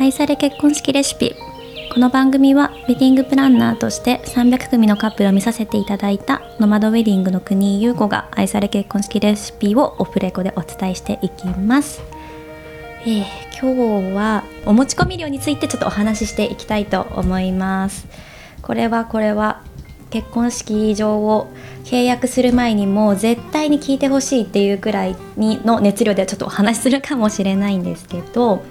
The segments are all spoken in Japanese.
愛され結婚式レシピ。この番組はウェディングプランナーとして300組のカップルを見させていただいたノマドウェディングの国井優子が愛され結婚式レシピをオフレコでお伝えしていきます。今日はお持ち込み料についてちょっとお話ししていきたいと思います。これは結婚式場を契約する前にもう絶対に聞いてほしいっていうくらいの熱量でちょっとお話しするかもしれないんですけど、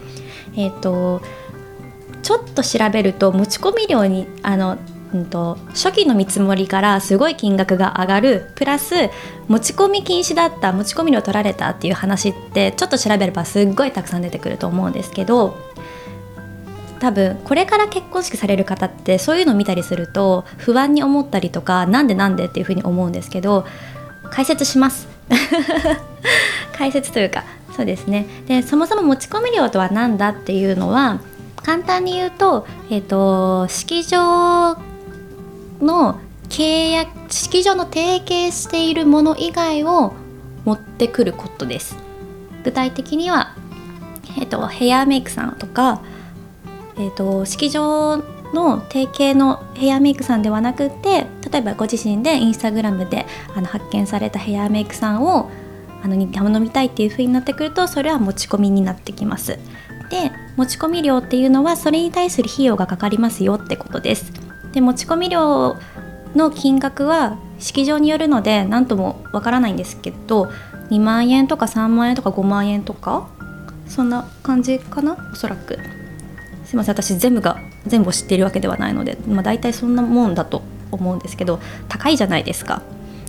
ちょっと調べると持ち込み料に初期の見積もりからすごい金額が上がるプラス持ち込み禁止だった、持ち込み料取られたっていう話ってちょっと調べればすっごいたくさん出てくると思うんですけど、多分これから結婚式される方ってそういうのを見たりすると不安に思ったりとか、なんでっていうふうに思うんですけど、解説します解説というか、そうですね。で、そもそも持ち込み料とは何だっていうのは簡単に言うと、式場の提携しているもの以外を持ってくることです。具体的には、ヘアメイクさんとか、式場の提携のヘアメイクさんではなくて、例えばご自身でインスタグラムで発見されたヘアメイクさんを頼みたいっていう風になってくると、それは持ち込みになってきます。で、持ち込み料っていうのはそれに対する費用がかかりますよってことです。で、持ち込み料の金額は式場によるので何ともわからないんですけど、2万円とか3万円とか5万円とかそんな感じかな、おそらく。すいません、私全部を知っているわけではないので、大体そんなもんだと思うんですけど、高いじゃないですか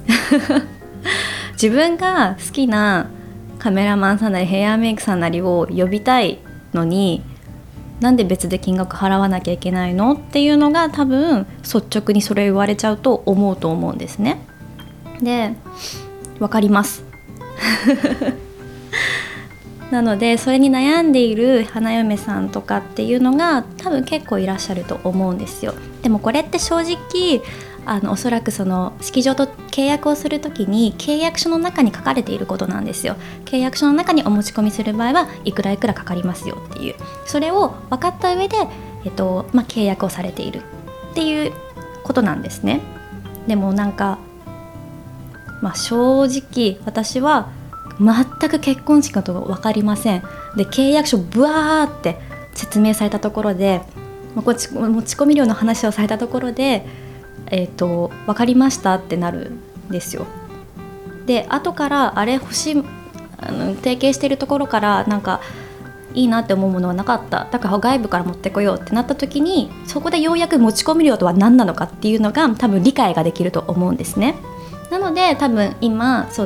自分が好きなカメラマンさんなりヘアメイクさんなりを呼びたいのに、なんで別で金額払わなきゃいけないのっていうのが、多分率直にそれ言われちゃうと思うんですね。で、わかりますなのでそれに悩んでいる花嫁さんとかっていうのが多分結構いらっしゃると思うんですよ。でもこれって正直おそらくその式場と契約をするときに契約書の中に書かれていることなんですよ。契約書の中にお持ち込みする場合はいくらいくらかかりますよっていう、それを分かった上で、契約をされているっていうことなんですね。でも正直私は全く結婚式のことが分かりません。で、契約書ブワーって説明されたところで、持ち込み料の話をされたところで、分かりましたってなるんですよ。で、後から提携しているところからいいなって思うものはなかった、だから外部から持ってこようってなった時に、そこでようやく持ち込み料とは何なのかっていうのが多分理解ができると思うんですね。なので多分今ち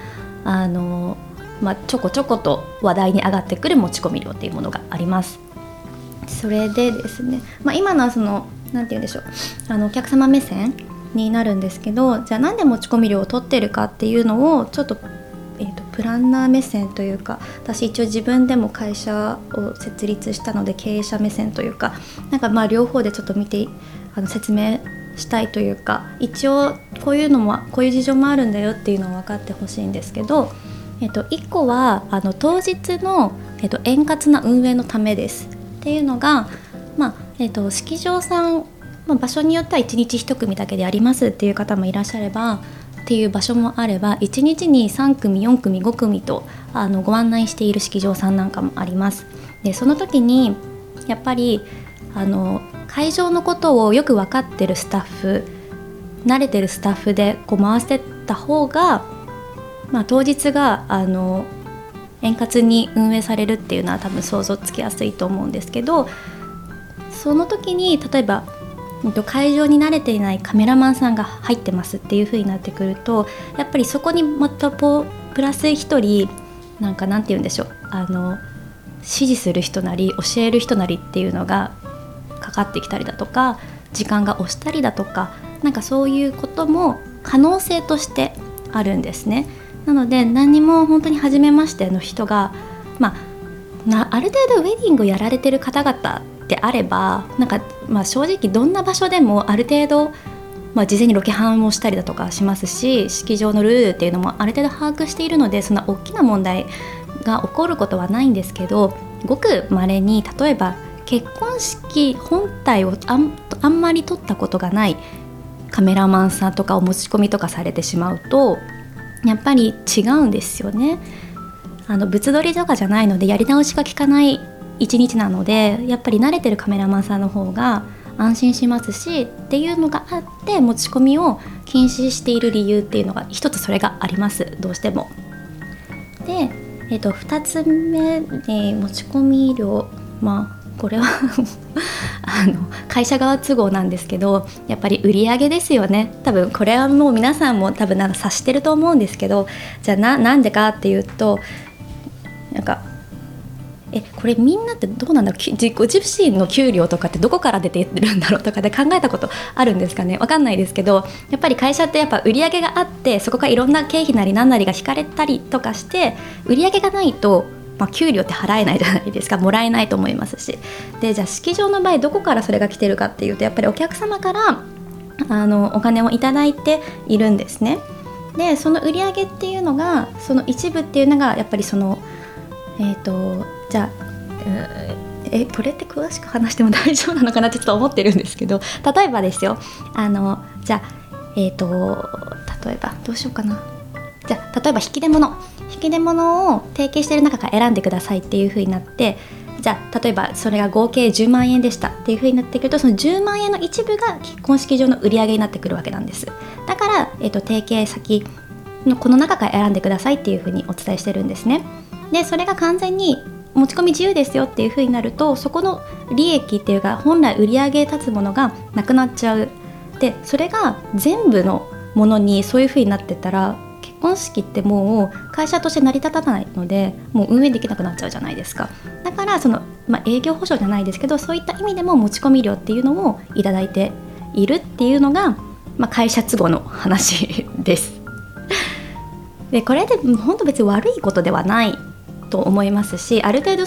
ょこちょこと話題に上がってくる持ち込み料っていうものがあります。それでですね、今のはなんて言うんでしょう、お客様目線になるんですけど、じゃあなんで持ち込み料を取ってるかっていうのをちょっと、プランナー目線というか、私一応自分でも会社を設立したので経営者目線というか、両方でちょっと見て説明したいというか、一応こういう事情もあるんだよっていうのを分かってほしいんですけど、1個は当日の、円滑な運営のためですっていうのが、式場さん、場所によっては1日1組だけでやりますっていう方もいらっしゃればっていう場所もあれば、1日に3組4組5組とご案内している式場さんなんかもあります。で、その時にやっぱり会場のことをよく分かってるスタッフ、慣れてるスタッフで回してった方が、当日が円滑に運営されるっていうのは多分想像つきやすいと思うんですけど、その時に例えば会場に慣れていないカメラマンさんが入ってますっていう風になってくると、やっぱりそこにまたプラス一人なんて言うんでしょう、指示する人なり教える人なりっていうのがかかってきたりだとか、時間が押したりだとか、そういうことも可能性としてあるんですね。なので何も本当に初めましての人が、ある程度ウェディングをやられてる方々であれば、正直どんな場所でもある程度、事前にロケハンをしたりだとかしますし、式場のルールっていうのもある程度把握しているので、そんな大きな問題が起こることはないんですけど、ごく稀に例えば結婚式本体をあんまり撮ったことがないカメラマンさんとかを持ち込みとかされてしまうとやっぱり違うんですよね。物撮りとかじゃないのでやり直しが効かない一日なので、やっぱり慣れてるカメラマンさんの方が安心しますしっていうのがあって、持ち込みを禁止している理由っていうのが一つそれがあります、どうしても。で、2つ目で持ち込み料、これは会社側都合なんですけど、やっぱり売り上げですよね。多分これはもう皆さんも多分察してると思うんですけど、じゃあなんでかっていうと、これみんなってどうなんだろう、自身の給料とかってどこから出てるんだろうとかで考えたことあるんですかね。わかんないですけど、やっぱり会社ってやっぱ売り上げがあって、そこからいろんな経費なり何なりが引かれたりとかして、売り上げがないと給料って払えないじゃないですか、もらえないと思いますし。で、じゃあ式場の場合どこからそれが来てるかっていうと、やっぱりお客様からお金をいただいているんですね。で、その売り上げっていうのが、その一部っていうのがやっぱりそのじゃあこれって詳しく話しても大丈夫なのかなってちょっと思ってるんですけど、例えばですよ、じゃあ例えばどうしようかな。じゃあ例えば引き出物を提携している中から選んでくださいっていう風になって、じゃあ例えばそれが合計10万円でしたっていう風になってくると、その10万円の一部が結婚式場の売り上げになってくるわけなんです。だから、提携先のこの中から選んでくださいっていう風にお伝えしてるんですね。で、それが完全に持ち込み自由ですよっていう風になると、そこの利益っていうか本来売り上げ立つものがなくなっちゃう。で、それが全部のものにそういう風になってたら、結婚式ってもう会社として成り立たないので、もう運営できなくなっちゃうじゃないですか。だから営業保証じゃないですけど、そういった意味でも持ち込み料っていうのをいただいているっていうのが、会社都合の話ですで、これで本当別に悪いことではないと思いますし、ある程度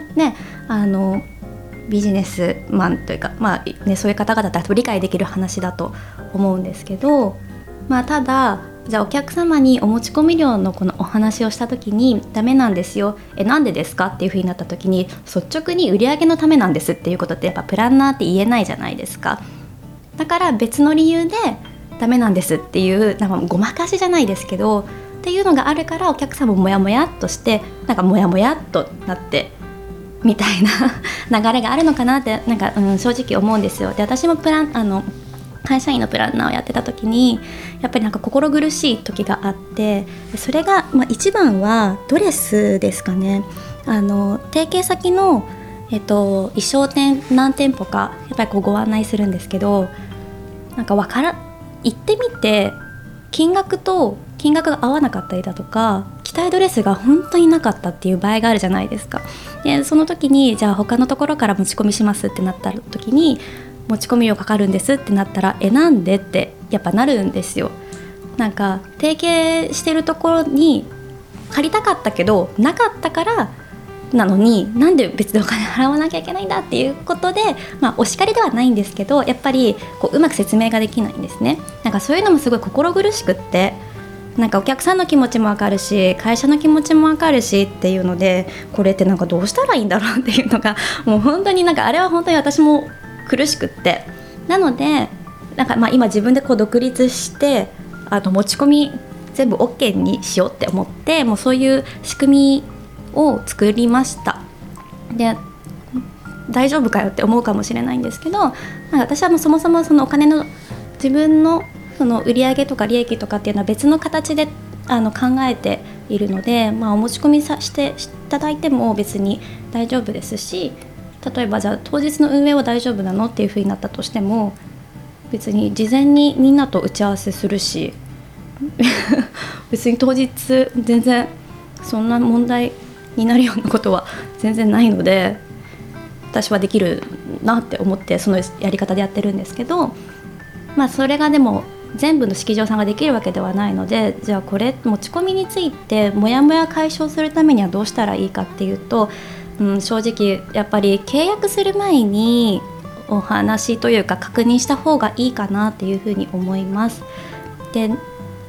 ビジネスマンというか、そういう方々だと理解できる話だと思うんですけど、ただじゃあお客様にお持ち込み料のこのお話をした時にダメなんですよ、なんでですかっていう風になった時に、率直に売り上げのためなんですっていうことってやっぱプランナーって言えないじゃないですか。だから別の理由でダメなんですっていうごまかしじゃないですけどっていうのがあるから、お客様もモヤモヤっとしてモヤモヤっとなってみたいな流れがあるのかなって正直思うんですよ。で、私も会社員のプランナーをやってた時にやっぱり心苦しい時があって、それが、一番はドレスですかね。提携先の、衣装店何店舗かやっぱりご案内するんですけど、行ってみて金額が合わなかったりだとか、着たいドレスが本当になかったっていう場合があるじゃないですか。で、その時にじゃあ他のところから持ち込みしますってなった時に、持ち込み料かかるんですってなったら、なんでってやっぱなるんですよ。提携してるところに借りたかったけどなかったからなのに、なんで別でお金払わなきゃいけないんだっていうことで、お叱りではないんですけど、やっぱりうまく説明ができないんですね。そういうのもすごい心苦しくって、お客さんの気持ちも分かるし、会社の気持ちも分かるしっていうので、これってどうしたらいいんだろうっていうのがもう本当にあれは本当に私も苦しくって、なので今自分で独立して持ち込み全部 OK にしようって思って、もうそういう仕組みを作りました。で、大丈夫かよって思うかもしれないんですけど、私はもうそもそもそのお金の自分のその売上とか利益とかっていうのは別の形で考えているので、お持ち込みしていただいても別に大丈夫ですし、例えばじゃあ当日の運営は大丈夫なのっていう風になったとしても、別に事前にみんなと打ち合わせするし別に当日全然そんな問題になるようなことは全然ないので、私はできるなって思ってそのやり方でやってるんですけど、それがでも全部の式場さんができるわけではないので、じゃあこれ持ち込みについてモヤモヤ解消するためにはどうしたらいいかっていうと、正直やっぱり契約する前にお話というか確認した方がいいかなっていうふうに思います。で、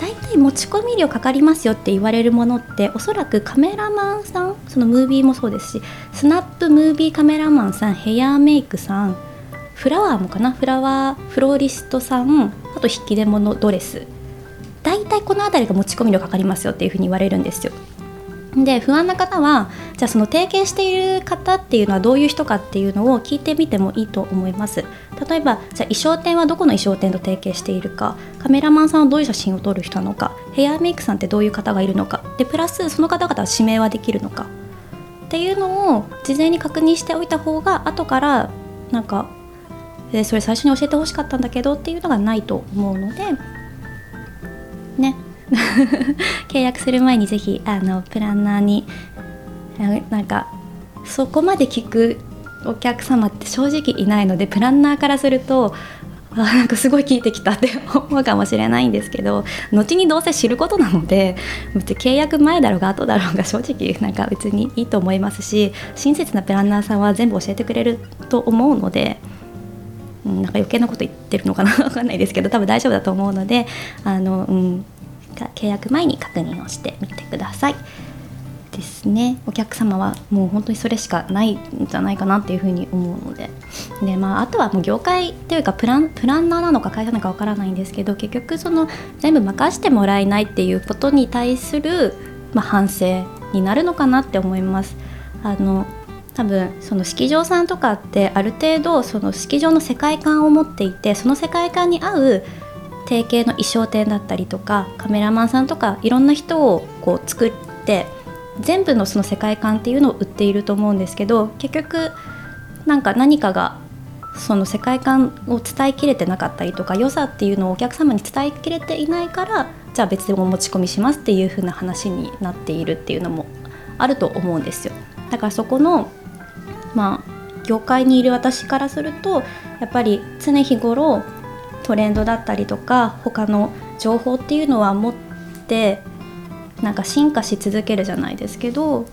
だいたい持ち込み料かかりますよって言われるものっておそらくカメラマンさん、そのムービーもそうですし、スナップムービーカメラマンさん、ヘアメイクさん、フラワーもかな、フラワーフローリストさん、あと引き出物ドレス、だいたいこのあたりが持ち込み料かかりますよっていうふうに言われるんですよ。で不安な方はじゃあその提携している方っていうのはどういう人かっていうのを聞いてみてもいいと思います。例えばじゃあ衣装店はどこの衣装店と提携しているか、カメラマンさんはどういう写真を撮る人なのか、ヘアメイクさんってどういう方がいるのかで、プラスその方々は指名はできるのかっていうのを事前に確認しておいた方が、後からなんかそれ最初に教えてほしかったんだけどっていうのがないと思うのでね契約する前にぜひプランナーになんかそこまで聞くお客様って正直いないので、プランナーからするとなんかすごい聞いてきたって思うかもしれないんですけど、後にどうせ知ることなので、別に契約前だろうが後だろうが正直なんか別にいいと思いますし、親切なプランナーさんは全部教えてくれると思うので、なんか余計なこと言ってるのかな分かんないですけど、多分大丈夫だと思うので契約前に確認をしてみてくださいですね。お客様はもう本当にそれしかないんじゃないかなっていうふうに思うので、あとはもう業界というかプランナーなのか会社なのかわからないんですけど、結局その全部任せてもらえないっていうことに対する、反省になるのかなって思います。多分その式場さんとかってある程度その式場の世界観を持っていて、その世界観に合う提携の衣装店だったりとかカメラマンさんとかいろんな人をこう作って全部のその世界観っていうのを売っていると思うんですけど、結局何かがその世界観を伝えきれてなかったりとか、良さっていうのをお客様に伝えきれていないから、じゃあ別でお持ち込みしますっていう風な話になっているっていうのもあると思うんですよ。だからそこの業界にいる私からすると、やっぱり常日頃トレンドだったりとか他の情報っていうのは持って進化し続けるじゃないですけど、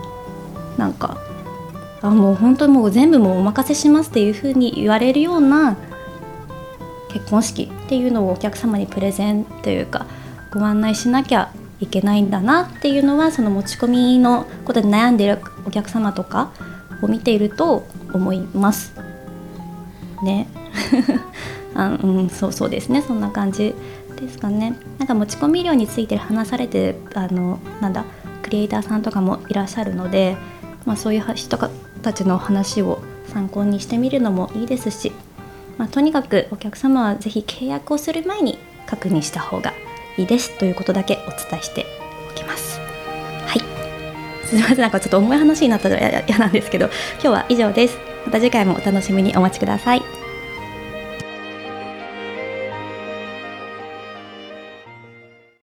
もう本当にもう全部もうお任せしますっていう風に言われるような結婚式っていうのをお客様にプレゼンというかご案内しなきゃいけないんだなっていうのは、その持ち込みのことで悩んでいるお客様とかを見ていると思いますねそうですね、そんな感じですかね。持ち込み料について話されてるクリエイターさんとかもいらっしゃるので、そういう人たちの話を参考にしてみるのもいいですし、とにかくお客様はぜひ契約をする前に確認した方がいいですということだけお伝えしておきます。はい、すみません、ちょっと重い話になったら嫌なんですけど、今日は以上です。また次回もお楽しみにお待ちください。